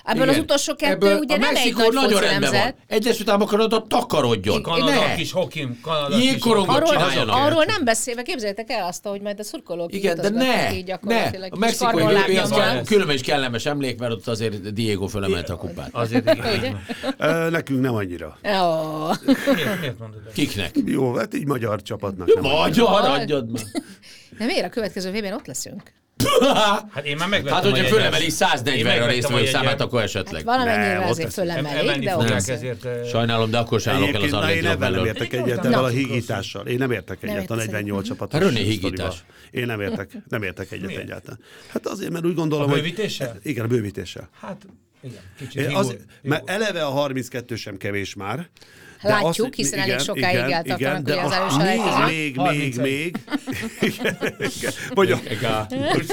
S2: Ebből az utolsó kettő ugye nem egy nagy foci nemzet.
S1: Egyesült Államok Kanada takarodjon.
S3: Kanada kis hokim.
S1: Jégkorongot csináljanak.
S2: Arról nem beszélve, képzeljétek el azt, hogy majd a szurkolók
S1: igen, de ne. A mexikói különben is kellemes emlék, mert ott azért Diego fölemelte a kupát.
S3: Azért igen.
S4: Nekünk nem annyira.
S3: Miért mondod?
S1: Kiknek?
S4: Jó, hát így magyar csapatnak.
S1: Magyar, adjad már.
S2: De miért a következő VB-n ott leszünk?
S3: Hát én már megvettem.
S1: Hát, hogyha fölemeli 140-re a résztvevők számát, akkor esetleg.
S2: Hát valamennyire azért fölemelik, de
S3: ott
S1: sajnálom, de akkor sem állok el az argentinok
S4: mellől. Én nem értek egyet ezzel a hígítással. Én nem értek egyet a 48 csapatos.
S1: René hígítás.
S4: Én nem értek egyet egyáltalán. Hát azért, mert úgy gondolom,
S3: hogy... A bővítéssel?
S4: Igen, a bővítéssel.
S3: Hát, igen. Kicsit
S4: mert eleve a 32 sem kevés már.
S2: Látjuk, hiszen elég sokáig eltartanak ugye az előselejtezőn.
S4: Még. Vagy a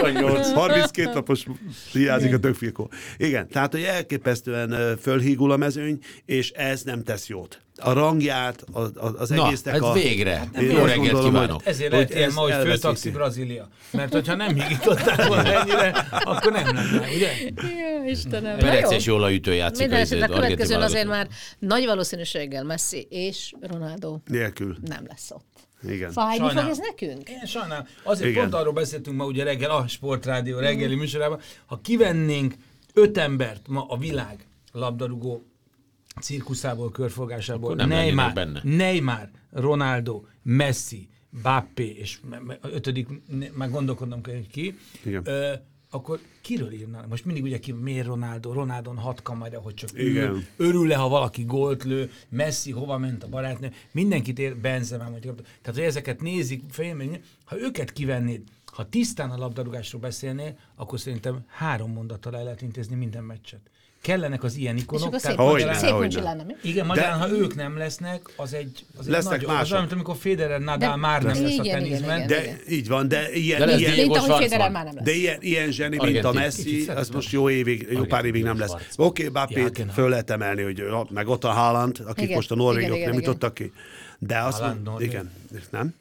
S4: 32 napos hiányzik a tökfilkó. Igen, tehát, hogy elképesztően fölhígul a mezőny, és ez nem tesz jót. A rangját, az egésznek
S1: a... végre. Jó reggelt kívánok.
S3: Ezért lehet ilyen ma, hogy főtaxi Brazília. Mert hogyha nem hígították volna ennyire, akkor nem lenne, ugye?
S2: Jó, Istenem.
S1: Perec és Olajütő játszik.
S2: Mindenesetre a következőn azért már nagy valószínűséggel Messi és Ronaldo
S4: nélkül
S2: nem lesz ott.
S4: Igen.
S2: Fájni fog ez nekünk?
S3: Én sajnálom. Azért pont arról beszéltünk ma ugye reggel a Sportrádió reggeli műsorában, ha kivennénk 5 embert ma a világ labdarúgó cirkuszából, körforgásából, Neymar, Ronaldo, Messi, Mbappé, és a 5. már gondolkodnom kell, hogy ki, akkor kiről írnál? Most mindig ugye miért Ronaldon 6 kamera, hogy csak örül-e, ha valaki gólt lő, Messi hova ment a barátnő, mindenkit ér, Benzema, tehát hogy ezeket nézik, ha őket kivennéd, ha tisztán a labdarúgásról beszélnél, akkor szerintem 3 mondattal el lehet intézni minden meccset. Kellenek az ilyen ikonok.
S2: Szép lenne, mi?
S3: Igen, magyarán, ha ők nem lesznek, az egy
S4: nagy...
S3: Az olyan, amikor Federer, Nadal már nem lesz a teniszben.
S4: De így van, de ilyen zseni, mint a Messi, az most jó pár évig nem lesz. Oké, Mbappét föl lehet emelni, hogy meg ott a Haaland, akik most a norvégok nem jutottak ki. De azt igen, nem?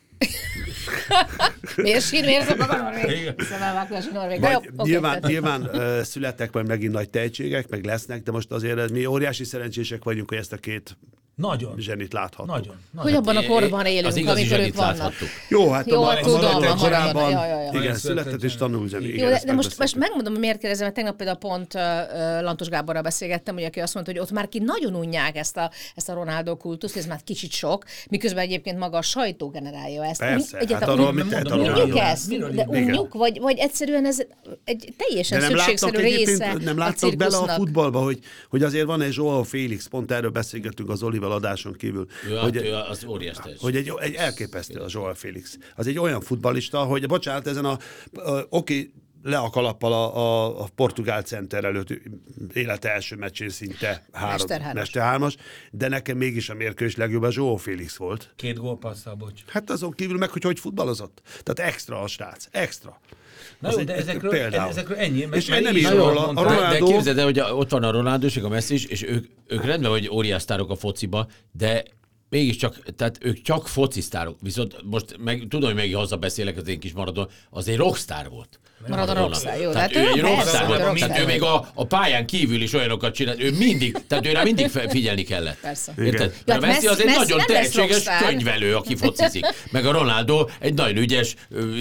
S2: Miért sír, miért szokott a norvég?
S4: Nyilván születtek majd megint nagy tehetségek, meg lesznek, de most azért mi óriási szerencsések vagyunk, hogy ezt a 2 zsenit láthatjuk.
S3: Nagyon.
S2: Hogy abban a korban élünk, amikor ők vannak.
S4: Jó, hát
S2: tudom,
S4: korábban igen, született és tanul zseni.
S2: Jó, de most megmondom, hogy miért kérdezem, mert tegnap például pont Lantos Gáborral beszélgettem, aki azt mondta, hogy ott már ki nagyon unják ezt a Ronaldo kultuszt, ez már kicsit sok, miközben egyébként maga a sajtó generálja ezt.
S4: Persze, hát arról mit lehet
S2: unjuk ezt, de unjuk, vagy egyszerűen ez egy teljesen szükségszerű része
S4: nem láttak bele a futballba, hogy azért van egy Joao Félix, pont erről beszélgettünk az Olival adáson kívül.
S1: Az óriás teljes.
S4: Hogy egy elképesztő a Joao Félix. Az egy olyan futballista, hogy bocsánat, ezen le a kalappal a portugál center előtt élete első meccsén szinte Mester 3-as, de nekem mégis a mérkőzés legjobb a Joao Félix volt.
S3: 2 gólpasszal, bocs.
S4: Hát azon kívül meg, hogy futballozott. Tehát extra a srác. Extra.
S3: Na jó, de ezekről ennyi.
S4: És nem is róla.
S1: De képzeld el, hogy ott van a Ronaldo és a Messi is, és ők rendben, hogy óriás sztárok a fociba, de mégiscsak, tehát ők csak focisztárok. Viszont most tudom, hogy megint hazabeszélek az én kis Maradona, az egy rockstar volt.
S2: Maradona rockstar, jó.
S1: Tehát ő egy rockstar volt. Tehát ő még a pályán kívül is olyanokat csinált. Ő mindig figyelni kellett.
S2: Persze.
S1: Érted? A Messi az egy nagyon tehetséges könyvelő, aki focizik. Meg a Ronaldo egy nagyon ügyes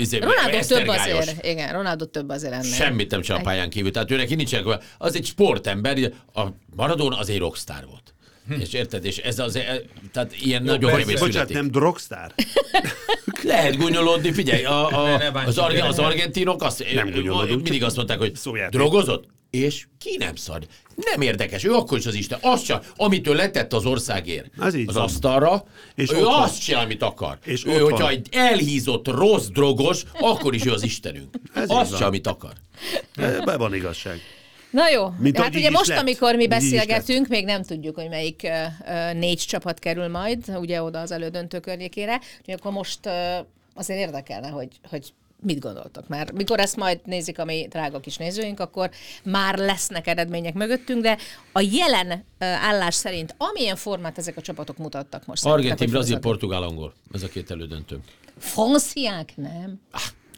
S2: Ronaldo több azért ennél.
S1: Semmit nem csinál a pályán kívül. Tehát őnek nincsen, az egy sportember, a Maradona az egy rockstar volt. És érted? És ez az, tehát ilyen nagyon kevés születik.
S4: Bocsánat, nem drogsztár?
S1: Lehet gúnyolódni, figyelj, az argentinok mindig azt mondták, hogy drogozott, és ki nem szar. Nem érdekes, ő akkor is az Isten. Azt csak, amitől letett az országért az asztalra, és ő azt csinál, amit akar. És ő, hogyha egy elhízott, rossz drogos, akkor is ő az Istenünk. Azt csinál, amit akar.
S4: Be van igazság.
S2: Na jó, hát ugye most, amikor mi beszélgetünk, még nem tudjuk, hogy melyik 4 csapat kerül majd, ugye oda az elődöntő környékére, úgyhogy akkor most azért érdekelne, hogy mit gondoltok már. Mikor ezt majd nézik a mi drága kis nézőink, akkor már lesznek eredmények mögöttünk, de a jelen állás szerint amilyen formát ezek a csapatok mutattak most.
S1: Argentin, Brazil, Portugál, Angol. Ez a 2 elődöntőnk.
S2: Franciák nem?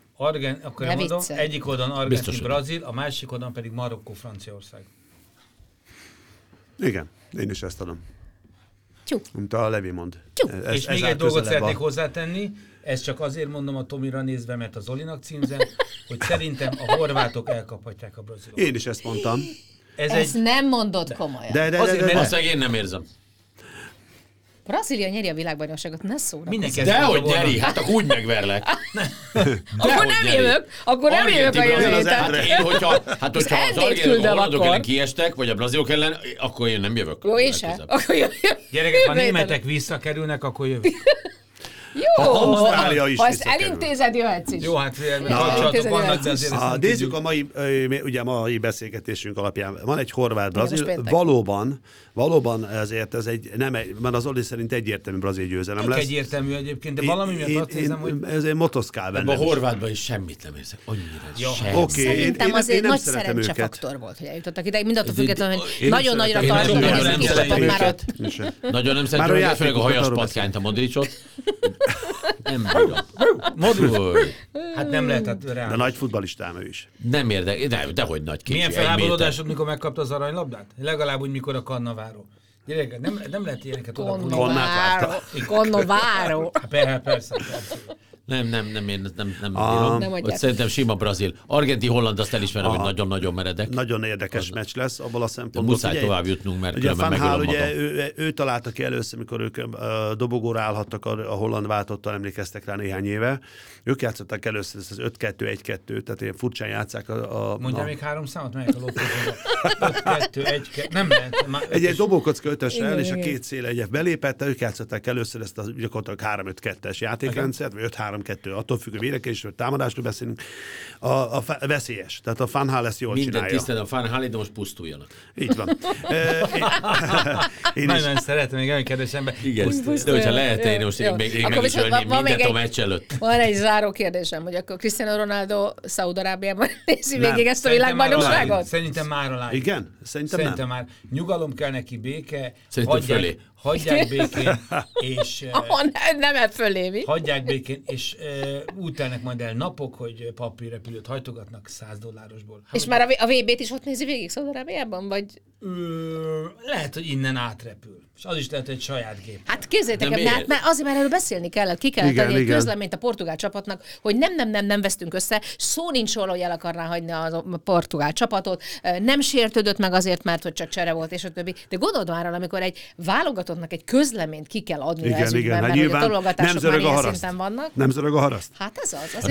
S3: Akkor mondom, egyik oldalon Argentin, Brazil, a másik oldalon pedig Marokkó, Franciaország.
S4: Igen, én is ezt adom. Mint a Levi mond.
S3: És még egy dolgot szeretnék hozzátenni, ezt csak azért mondom a Tomira nézve, mert a Zolinak címzem, hogy szerintem a horvátok elkaphatják a brazilokat.
S4: Én is ezt mondtam.
S2: Ezt nem mondod komolyan.
S1: De. Azt én nem érzem.
S2: Brazília nyeri a világbajnokságot, ne szórakozz.
S1: Dehogy nyeri, hát akkor úgy megverlek.
S2: Akkor nem jövök a jövő héten.
S1: Hogyha az argentinok ellen kiestek, vagy a brazilok ellen, akkor én nem jövök.
S2: Jó, én sem.
S3: Gyerekek, ha németek visszakerülnek, akkor jövök.
S2: Jó, ha ezt elintézed, jöhetsz is.
S3: Jó, hát kapcsolatok vannak, de azért...
S4: Nézzük a mai beszélgetésünk alapján. Van egy horvát-brazil, valóban ezért ez mert az Oli szerint egyértelmű brazil győzelem lesz.
S3: Egyértelmű egyébként, de valami miatt azt hiszem, hogy...
S4: Ezért motoszkál benne.
S1: A horvátban is semmit nem érzek. Annyira
S2: szerintem azért nagy szerencsefaktor volt, hogy eljutottak ide. Mindentől függetlenül, hogy nagyon nagyra tartom, hogy ez a csapat már ott.
S1: Nagyon nem szeretem, főleg a hajas patkányt, a Modricot. Nem bírom.
S3: Hát nem lehetett rá.
S4: De nagy futballistám ő is.
S1: Nem érdekel, dehogy nagy kicsi.
S3: Milyen felháborodásod, mikor megkapta az arranylabdát? Legalább úgy, mikor a Cannavaro. Gyerekek, nem lehet ilyeneket oda.
S2: Cannavaro.
S3: Persze.
S1: Nem bírom. Szerintem sima brazil. Argentin-Holland, azt elismerem, hogy nagyon-nagyon meredek.
S4: Nagyon érdekes meccs lesz abból a szempontból.
S1: Muszáj tovább jutnunk, mert különben megölöm magam.
S4: Ő találta ki először, mikor ők dobogóra állhattak, a holland váltottal, emlékeztek rá néhány éve. Ők játszották először ezt az 5-2-1-2, tehát ilyen furcsán játsszák
S3: Mondja még 3 számot, melyek a lopózóra? 5-2-1-2, nem lehet.
S4: Egy dobókocka 5-össel, és a két szél egyet belépett, ők játszották először ezt a gyakorlatilag 3-5-2-es játékrendszert, vagy 5-3-2, attól függ a védekezésről, támadásról beszélünk. A veszélyes, tehát a Van Gaal ezt jól csinálja.
S1: Minden tisztelt a Van Gaal, de most pusztuljanak.
S4: Így van.
S3: Nagyon szeretem, még olyan kedves ember.
S1: Igen, de hogyha lehet, én most még meg is ölni mindent a meccs előtt.
S2: Van egy záró kérdésem, hogy akkor Cristiano Ronaldo Szaúd-Arábiában nézi végig ezt a világbajnokságot?
S3: Szerintem már alá.
S4: Igen? Szerintem
S3: már. Nyugalom kell neki, béke.
S1: Hagyják
S3: békén, és...
S2: Nem fölé, mi?
S3: Hagyják békén, és úgy telnek majd el napok, hogy papírrepülőt hajtogatnak $100.
S2: És már a VB-t is ott nézi végig Szaúd-Arábiában, vagy?
S3: Lehet, hogy innen átrepül. És az is lehet, hogy egy saját gép.
S2: Hát képzeljétek el, mert azért már erről beszélni kellett, ki kellett adni egy közleményt a portugál csapatnak, hogy nem vesztünk össze, szó nincs róla, hogy el akarná hagyni a portugál csapatot, nem sértődött meg azért, mert hogy csak csere volt, és a többi. De gondold már, amikor egy válogatottnak egy közleményt ki kell adni ez ügyben, mert hogy a tologatások már ilyen szinten vannak.
S4: Nem zörög a haraszt.
S2: Hát ez az.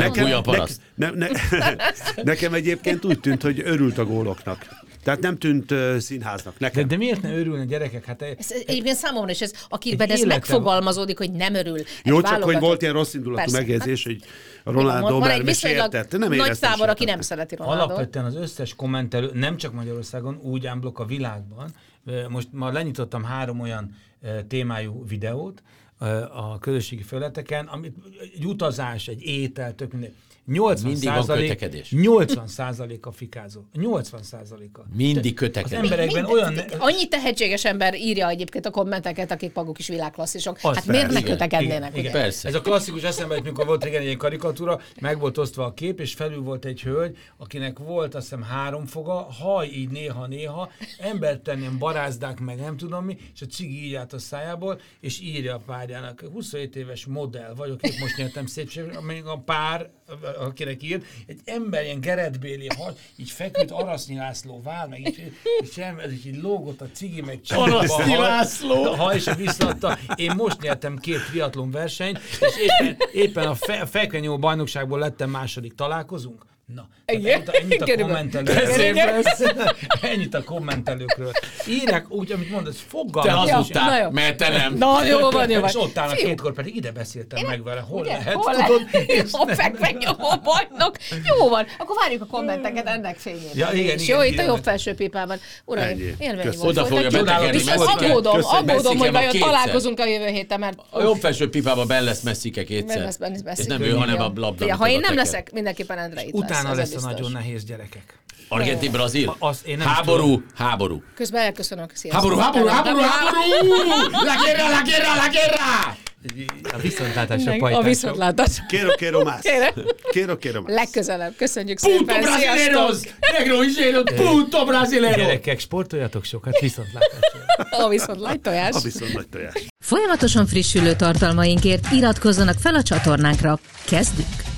S4: Nekem egyébként úgy tűnt, hogy örült a góloknak. Tehát nem tűnt színháznak nekem.
S3: De miért ne örülne, gyerekek? Hát
S2: egyébként számomra is ez, akiben ez megfogalmazódik, hogy nem örül.
S4: Jó, csak hogy volt ilyen rossz indulatú megjegyzés, hogy Ronaldo már sértett. Nem
S2: nagy tábor, aki nem szereti Ronaldot.
S3: Alapvetően az összes kommentelő, nem csak Magyarországon, úgy ámblok a világban. Most ma lenyitottam 3 olyan témájú videót a közösségi felületeken, amit egy utazás, egy étel, tök minden. 80% a fikázó. 80%-a.
S1: Mindig kötekedés.
S3: Az emberekben olyan...
S2: Annyi tehetséges ember írja egyébként a kommenteket, akik maguk is világklasszisok. Hát miért ne kötekednének?
S3: Igen. Persze. Ez a klasszikus eszembe, amikor volt régen egy karikatúra, meg volt osztva a kép, és felül volt egy hölgy, akinek volt azt hiszem 3 foga, haj így néha-néha, embertelen barázdák meg nem tudom mi, és a cigi így át a szájából, és írja a párjának. 27 éves modell vagyok, épp most nyertem szépség, még a pár, akinek írt, egy ember ilyen Geretbéli így feküdt, Arasznyi László vál, meg így lógott a cigi, meg
S1: Arasznyi László!
S3: Ha és visszaadta. Én most nyertem 2 triatlon versenyt, és éppen a fekvenyó bajnokságból lettem második. Találkozunk? Na, ennyit a kommentelőkről. Írják úgy, amit mondasz, fogalmaz.
S1: Te hazudtál, mert te nem.
S2: Na, jó van.
S3: És ott állnak 2-kor, pedig ide beszéltem meg vele. Hol lehet?
S2: A fekvenyó bajnok. Jó van, akkor várjuk a kommenteket ennek fényében.
S3: Ja, igen,
S2: jó, itt a jobb felső pipában. Uraim, élmény volt.
S1: Oda fogja betekerni
S2: aggódom, hogy vajon találkozunk a jövő héten, mert...
S1: A jobb felső pipában benne lesz Messzike kétszer. És nem ő, hanem a labda.
S2: Ha én nem leszek, mindenképpen Endre itt lesz.
S3: Utána lesz a nagyon nehéz, gyerekek.
S1: Argentin-Brazil? Háború.
S2: Közben elköszönök. Sziasztok.
S1: Háború! La guerra!
S3: A viszontlátásra
S2: pajtások. A viszontlátásra.
S4: Quiero más. Quiero más.
S2: Legközelebb. Köszönjük szépen.
S1: Punto brasileiros! Negro is punto brasileiro!
S3: Gyerekek, sportoljatok sokat, viszontlátásra.
S2: A viszont nagy tojás.
S4: A viszont nagy tojás.
S5: Folyamatosan frissülő tartalmainkért iratkozzanak fel a csatornánkra. Kezdjük!